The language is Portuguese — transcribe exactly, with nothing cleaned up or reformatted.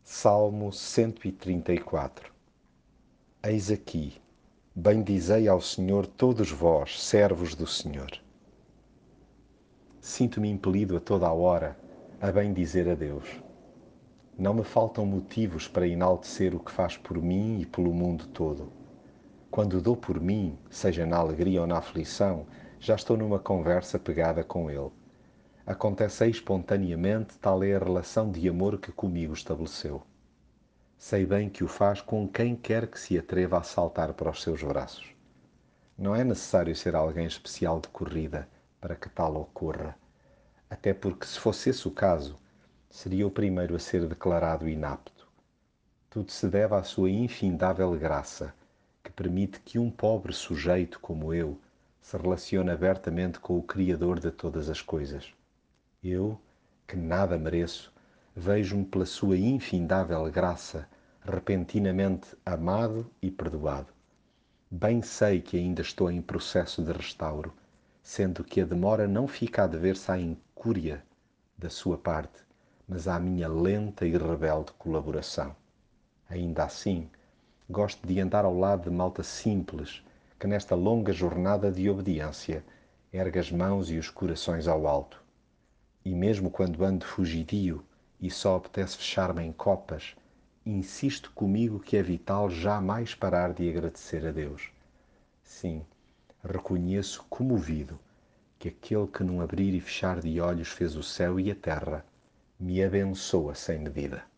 Salmo cento e trinta e quatro. Eis aqui, bendizei ao Senhor todos vós, servos do Senhor. Sinto-me impelido a toda a hora a bendizer a Deus. Não me faltam motivos para enaltecer o que faz por mim e pelo mundo todo. Quando dou por mim, seja na alegria ou na aflição, já estou numa conversa pegada com Ele. Acontece espontaneamente, tal é a relação de amor que comigo estabeleceu. Sei bem que o faz com quem quer que se atreva a saltar para os seus braços. Não é necessário ser alguém especial de corrida para que tal ocorra, até porque, se fosse esse o caso, seria o primeiro a ser declarado inapto. Tudo se deve à sua infindável graça, que permite que um pobre sujeito como eu se relacione abertamente com o Criador de todas as coisas. Eu, que nada mereço, vejo-me pela sua infindável graça repentinamente amado e perdoado. Bem sei que ainda estou em processo de restauro, sendo que a demora não fica a dever-se à incúria da sua parte, mas à minha lenta e rebelde colaboração. Ainda assim, gosto de andar ao lado de malta simples, que nesta longa jornada de obediência ergue as mãos e os corações ao alto. E mesmo quando ando fugidio e só apetece fechar-me em copas, insisto comigo que é vital jamais parar de agradecer a Deus. Sim, reconheço comovido que aquele que num abrir e fechar de olhos fez o céu e a terra, me abençoa sem medida.